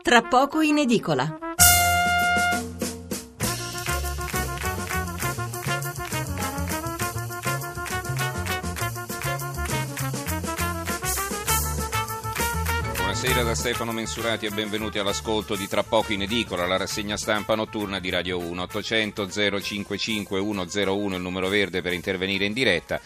tra poco in edicola. Buonasera da Stefano Mensurati e benvenuti all'ascolto di Tra poco in edicola, la rassegna stampa notturna di Radio 1. 800 055 101 il numero verde per intervenire in diretta,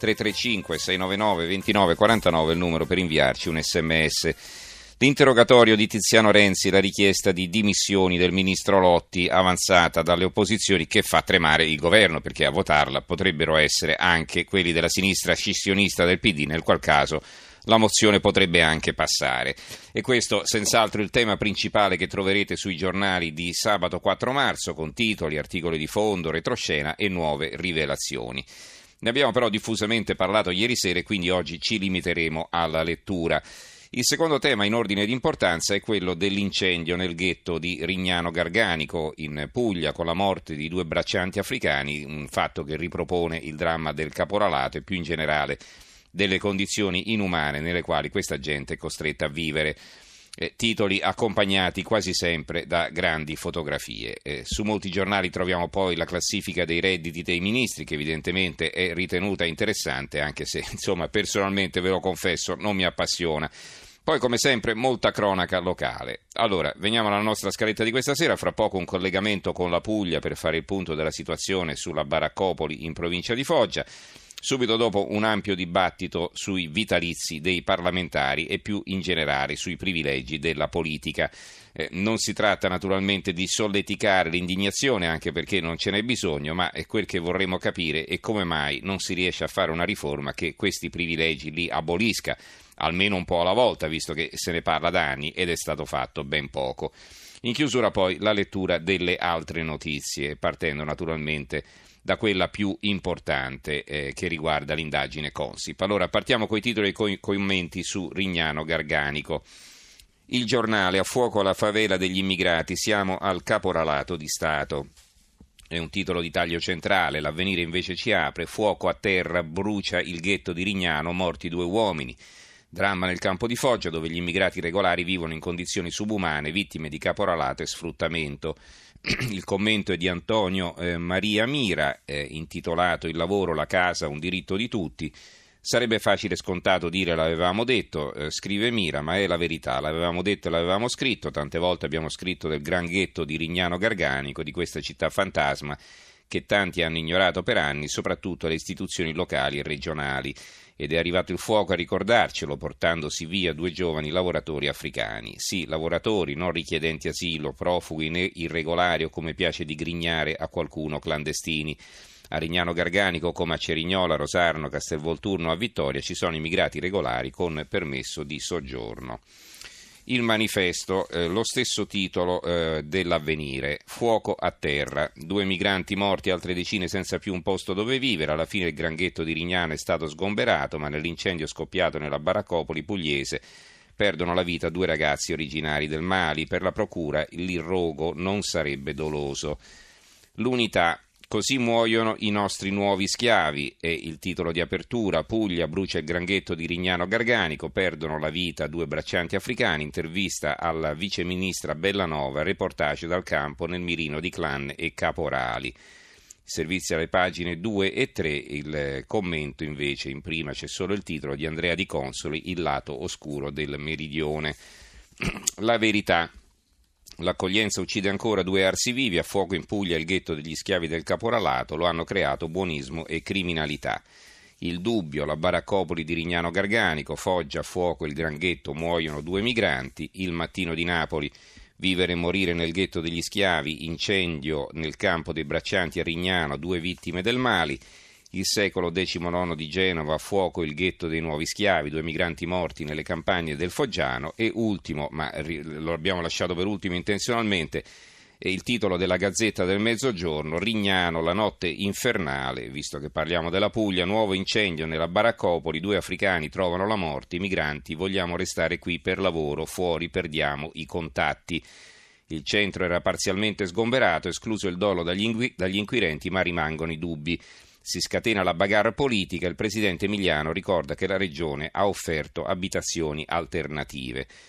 335 699 2949 il numero per inviarci un sms. L'interrogatorio di Tiziano Renzi, la richiesta di dimissioni del ministro Lotti avanzata dalle opposizioni che fa tremare il governo, perché a votarla potrebbero essere anche quelli della sinistra scissionista del PD, nel qual caso la mozione potrebbe anche passare. E questo senz'altro il tema principale che troverete sui giornali di sabato 4 marzo, con titoli, articoli di fondo, retroscena e nuove rivelazioni. Ne abbiamo però diffusamente parlato ieri sera e quindi oggi ci limiteremo alla lettura. Il secondo tema in ordine di importanza è quello dell'incendio nel ghetto di Rignano Garganico in Puglia, con la morte di 2 braccianti africani, un fatto che ripropone il dramma del caporalato e più in generale delle condizioni inumane nelle quali questa gente è costretta a vivere. Titoli accompagnati quasi sempre da grandi fotografie. Su molti giornali troviamo poi la classifica dei redditi dei ministri, che evidentemente è ritenuta interessante, anche se insomma personalmente, ve lo confesso, non mi appassiona. Poi come sempre molta cronaca locale. Allora, veniamo alla nostra scaletta di questa sera, fra poco un collegamento con la Puglia per fare il punto della situazione sulla Baraccopoli in provincia di Foggia. Subito dopo un ampio dibattito sui vitalizi dei parlamentari e più in generale sui privilegi della politica. Non si tratta naturalmente di solleticare l'indignazione, anche perché non ce n'è bisogno, ma è quel che vorremmo capire è come mai non si riesce a fare una riforma che questi privilegi li abolisca, almeno un po' alla volta, visto che se ne parla da anni ed è stato fatto ben poco. In chiusura poi la lettura delle altre notizie, partendo naturalmente da quella più importante che riguarda l'indagine Consip. Allora partiamo coi titoli e coi commenti su Rignano Garganico. Il Giornale: a fuoco la favela degli immigrati, siamo al caporalato di Stato. È un titolo di taglio centrale. L'Avvenire invece ci apre: fuoco a terra, brucia il ghetto di Rignano, morti 2 uomini. Dramma nel campo di Foggia, dove gli immigrati regolari vivono in condizioni subumane, vittime di caporalato e sfruttamento. Il commento è di Antonio Maria Mira, intitolato Il lavoro, la casa, un diritto di tutti. Sarebbe facile e scontato dire l'avevamo detto, scrive Mira, ma è la verità, l'avevamo detto e l'avevamo scritto, tante volte abbiamo scritto del gran ghetto di Rignano Garganico, di questa città fantasma che tanti hanno ignorato per anni, soprattutto le istituzioni locali e regionali. Ed è arrivato il fuoco a ricordarcelo, portandosi via 2 giovani lavoratori africani. Sì, lavoratori, non richiedenti asilo, profughi né irregolari o, come piace digrignare a qualcuno, clandestini. A Rignano Garganico, come a Cerignola, Rosarno, Castelvolturno, a Vittoria, ci sono immigrati regolari con permesso di soggiorno. Il Manifesto, lo stesso titolo dell'Avvenire: fuoco a terra, 2 migranti morti, altre decine senza più un posto dove vivere. Alla fine il gran ghetto di Rignano è stato sgomberato, ma nell'incendio scoppiato nella Baraccopoli pugliese perdono la vita 2 ragazzi originari del Mali. Per la procura l'irrogo non sarebbe doloso. L'Unità: così muoiono i nostri nuovi schiavi, è il titolo di apertura. Puglia, brucia il gran ghetto di Rignano Garganico, perdono la vita 2 braccianti africani. Intervista alla viceministra Bellanova, reportage dal campo nel mirino di clan e caporali. Servizi alle pagine 2 e 3, il commento invece in prima c'è solo il titolo di Andrea Di Consoli, Il lato oscuro del meridione. La Verità: l'accoglienza uccide ancora 2 arsi vivi, a fuoco in Puglia il ghetto degli schiavi del caporalato, lo hanno creato buonismo e criminalità. Il Dubbio: la Baraccopoli di Rignano Garganico, Foggia, a fuoco il gran ghetto, muoiono 2 migranti. Il Mattino di Napoli: vivere e morire nel ghetto degli schiavi, incendio nel campo dei braccianti a Rignano, 2 vittime del Mali. Il Secolo XIX di Genova: a fuoco il ghetto dei nuovi schiavi, 2 migranti morti nelle campagne del Foggiano. E ultimo, ma lo abbiamo lasciato per ultimo intenzionalmente, è il titolo della Gazzetta del Mezzogiorno: Rignano, la notte infernale. Visto che parliamo della Puglia, nuovo incendio nella Baraccopoli, 2 africani trovano la morte, i migranti: vogliamo restare qui per lavoro, fuori perdiamo i contatti. Il centro era parzialmente sgomberato, escluso il dolo dagli inquirenti, ma rimangono i dubbi. Si scatena la bagarre politica, il presidente Emiliano ricorda che la regione ha offerto abitazioni alternative.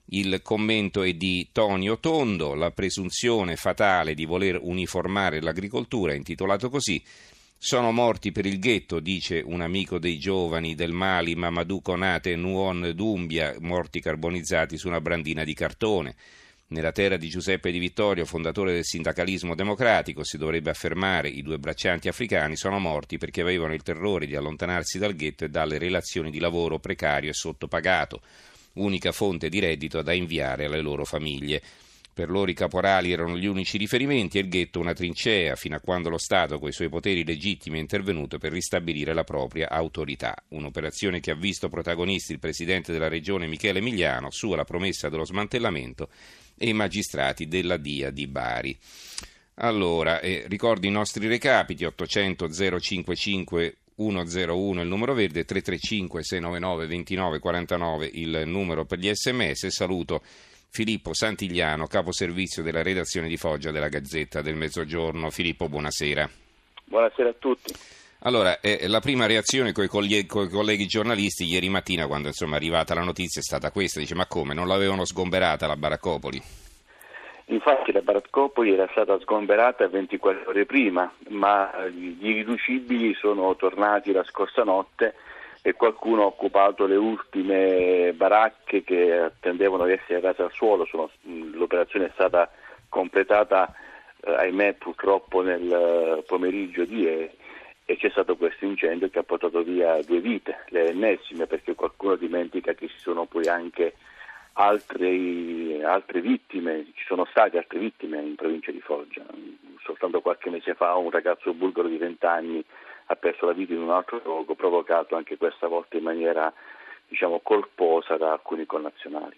Il commento è di Tonio Tondo, la presunzione fatale di voler uniformare l'agricoltura, intitolato così. Sono morti per il ghetto, dice un amico dei giovani del Mali, Mamadou Konate Nuon Dumbia, morti carbonizzati su una brandina di cartone. Nella terra di Giuseppe Di Vittorio, fondatore del sindacalismo democratico, si dovrebbe affermare, i due braccianti africani sono morti perché avevano il terrore di allontanarsi dal ghetto e dalle relazioni di lavoro precario e sottopagato, unica fonte di reddito da inviare alle loro famiglie. Per loro i caporali erano gli unici riferimenti e il ghetto una trincea, fino a quando lo Stato, coi suoi poteri legittimi, è intervenuto per ristabilire la propria autorità. Un'operazione che ha visto protagonisti il presidente della regione Michele Emiliano, sua la promessa dello smantellamento, e i magistrati della DIA di Bari. Allora, ricordo i nostri recapiti: 800 055 101 il numero verde, 335 699 2949 il numero per gli sms. Saluto Filippo Santigliano, caposervizio della redazione di Foggia della Gazzetta del Mezzogiorno. Filippo, buonasera. Buonasera a tutti. Allora, la prima reazione coi colleghi giornalisti ieri mattina, quando è arrivata la notizia, è stata questa: dice, ma come, non l'avevano sgomberata la baraccopoli? Infatti la baraccopoli era stata sgomberata 24 ore prima, ma gli irriducibili sono tornati la scorsa notte e qualcuno ha occupato le ultime baracche che attendevano di essere rase al suolo. L'operazione è stata completata, ahimè, purtroppo nel pomeriggio di ieri, e c'è stato questo incendio che ha portato via 2 vite, le ennesime, perché qualcuno dimentica che ci sono poi anche altre vittime, ci sono state altre vittime in provincia di Foggia. Soltanto qualche mese fa un ragazzo bulgaro di 20 anni ha perso la vita in un altro luogo, provocato anche questa volta in maniera, colposa da alcuni connazionali.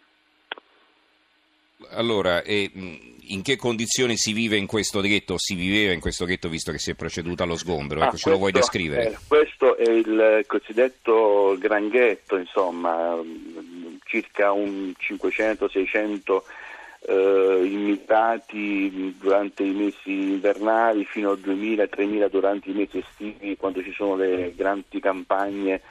Allora, in che condizioni si vive in questo ghetto, o si viveva in questo ghetto, visto che si è proceduto allo sgombero? Ecco, ce lo vuoi descrivere? Questo è il cosiddetto Gran Ghetto, circa un 500-600 immigrati durante i mesi invernali, fino a 2.000-3.000 durante i mesi estivi, quando ci sono le grandi campagne,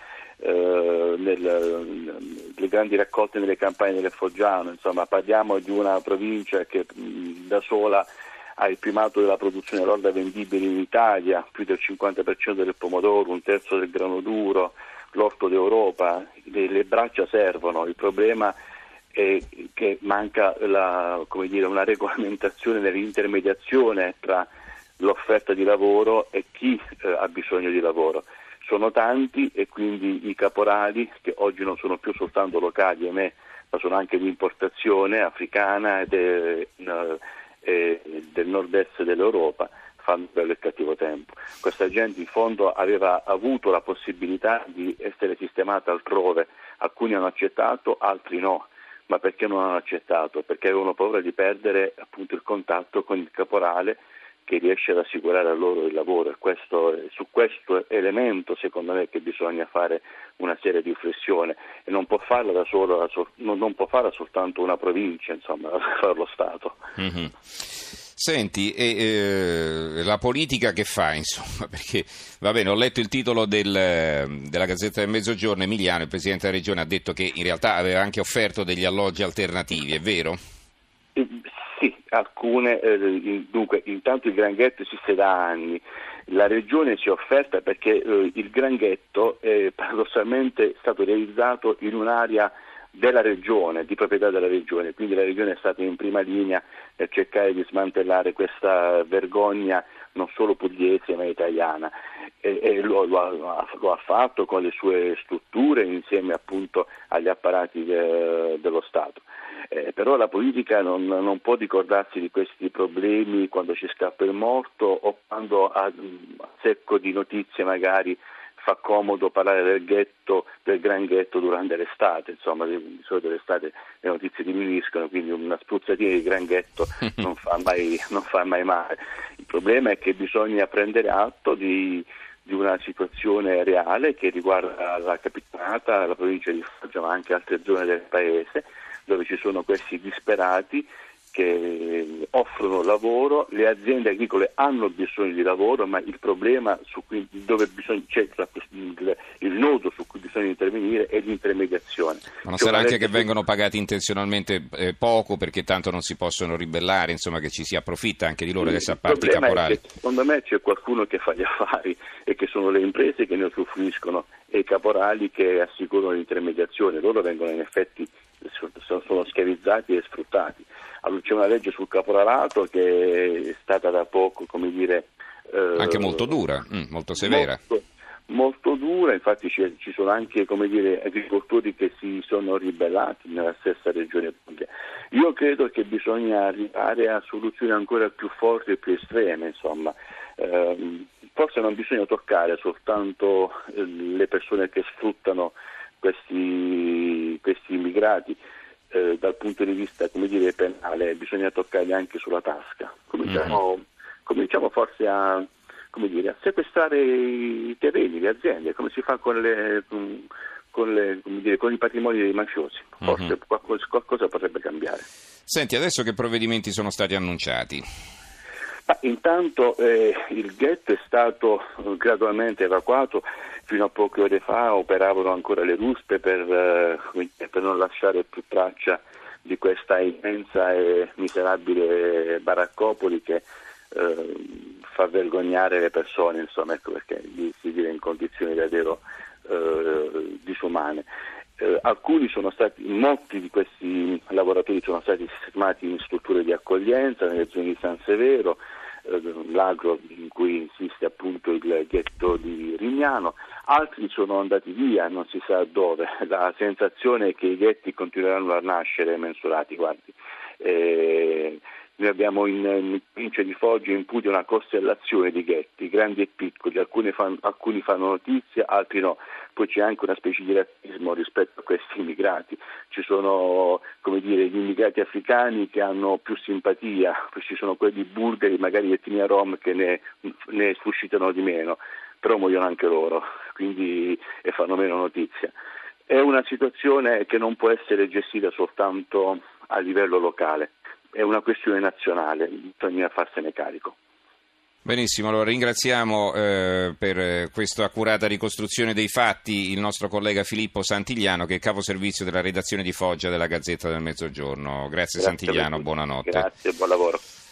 le grandi raccolte nelle campagne del Foggiano. Parliamo di una provincia che da sola ha il primato della produzione lorda vendibile in Italia, più del 50% del pomodoro, 1/3 del grano duro, l'orto d'Europa. Le braccia servono, il problema è che manca una regolamentazione nell'intermediazione tra l'offerta di lavoro e chi ha bisogno di lavoro. Sono tanti, e quindi i caporali, che oggi non sono più soltanto locali, ma sono anche di importazione africana e del nord-est dell'Europa, fanno bello e cattivo tempo. Questa gente in fondo aveva avuto la possibilità di essere sistemata altrove, alcuni hanno accettato, altri no. Ma perché non hanno accettato? Perché avevano paura di perdere appunto il contatto con il caporale che riesce ad assicurare a loro il lavoro. Su questo elemento, secondo me, che bisogna fare una seria riflessione, e non può farla da solo, non può farla soltanto una provincia, deve fare lo Stato. Mm-hmm. Senti, la politica che fa, perché va bene, ho letto il titolo della Gazzetta del Mezzogiorno. Emiliano, il presidente della regione, ha detto che in realtà aveva anche offerto degli alloggi alternativi, è vero? Sì, alcune. Dunque, intanto il Gran Ghetto esiste da anni. La regione si è offerta perché il Gran Ghetto paradossalmente è stato realizzato in un'area della regione, di proprietà della regione, quindi la regione è stata in prima linea nel cercare di smantellare questa vergogna non solo pugliese ma italiana, e lo ha fatto con le sue strutture insieme appunto agli apparati dello Stato. Però la politica non può ricordarsi di questi problemi quando ci scappa il morto, o quando a secco di notizie magari fa comodo parlare del Gran Ghetto durante l'estate. Di solito l'estate le notizie diminuiscono, quindi una spruzzatina di Gran Ghetto non fa mai male. Il problema è che bisogna prendere atto di una situazione reale che riguarda la Capitanata, la provincia di Foggia, ma anche altre zone del paese, dove ci sono questi disperati che offrono lavoro. Le aziende agricole hanno bisogno di lavoro, ma il problema dove c'è il nodo su cui bisogna intervenire è l'intermediazione. Ma non sarà anche che vengono pagati intenzionalmente poco perché tanto non si possono ribellare, insomma, che ci si approfitta anche di loro, adesso a parte i caporali? Secondo me c'è qualcuno che fa gli affari e che sono le imprese che ne usufruiscono e i caporali che assicurano l'intermediazione. Loro vengono in effetti sono schiavizzati e sfruttati. Allora, c'è una legge sul caporalato che è stata da poco, come dire, anche molto dura, molto severa. Molto dura, infatti ci sono anche, come dire, agricoltori che si sono ribellati nella stessa regione Puglia. Io credo che bisogna arrivare a soluzioni ancora più forti e più estreme, insomma. Forse non bisogna toccare soltanto le persone che sfruttano questi immigrati dal punto di vista, come dire, penale, bisogna toccarli anche sulla tasca. Cominciamo forse a sequestrare i terreni, le aziende, come si fa con i patrimoni dei mafiosi. Forse qualcosa potrebbe cambiare. Senti, adesso che provvedimenti sono stati annunciati? Intanto il ghetto è stato gradualmente evacuato. Fino a poche ore fa operavano ancora le ruspe per non lasciare più traccia di questa immensa e miserabile baraccopoli che fa vergognare le persone, insomma, ecco perché lì si vive in condizioni davvero disumane. Molti di questi lavoratori sono stati sistemati in strutture di accoglienza nelle zone di San Severo, l'agro in cui insiste appunto il ghetto di Rignano. Altri sono andati via, non si sa dove. La sensazione è che i ghetti continueranno a nascere mensurati, guardi. Noi abbiamo in provincia di Foggia, in Puglia, una costellazione di ghetti, grandi e piccoli, alcuni fanno notizia, altri no. Poi c'è anche una specie di razzismo rispetto a questi immigrati. Ci sono, come dire, gli immigrati africani che hanno più simpatia, poi ci sono quelli bulgari, magari di etnia rom, che ne suscitano di meno, però muoiono anche loro, quindi e fanno meno notizia. È una situazione che non può essere gestita soltanto a livello locale. È una questione nazionale, bisogna farsene carico. Benissimo, allora ringraziamo per questa accurata ricostruzione dei fatti il nostro collega Filippo Santigliano, che è capo servizio della redazione di Foggia della Gazzetta del Mezzogiorno. Grazie Santigliano, buonanotte. Grazie, buon lavoro.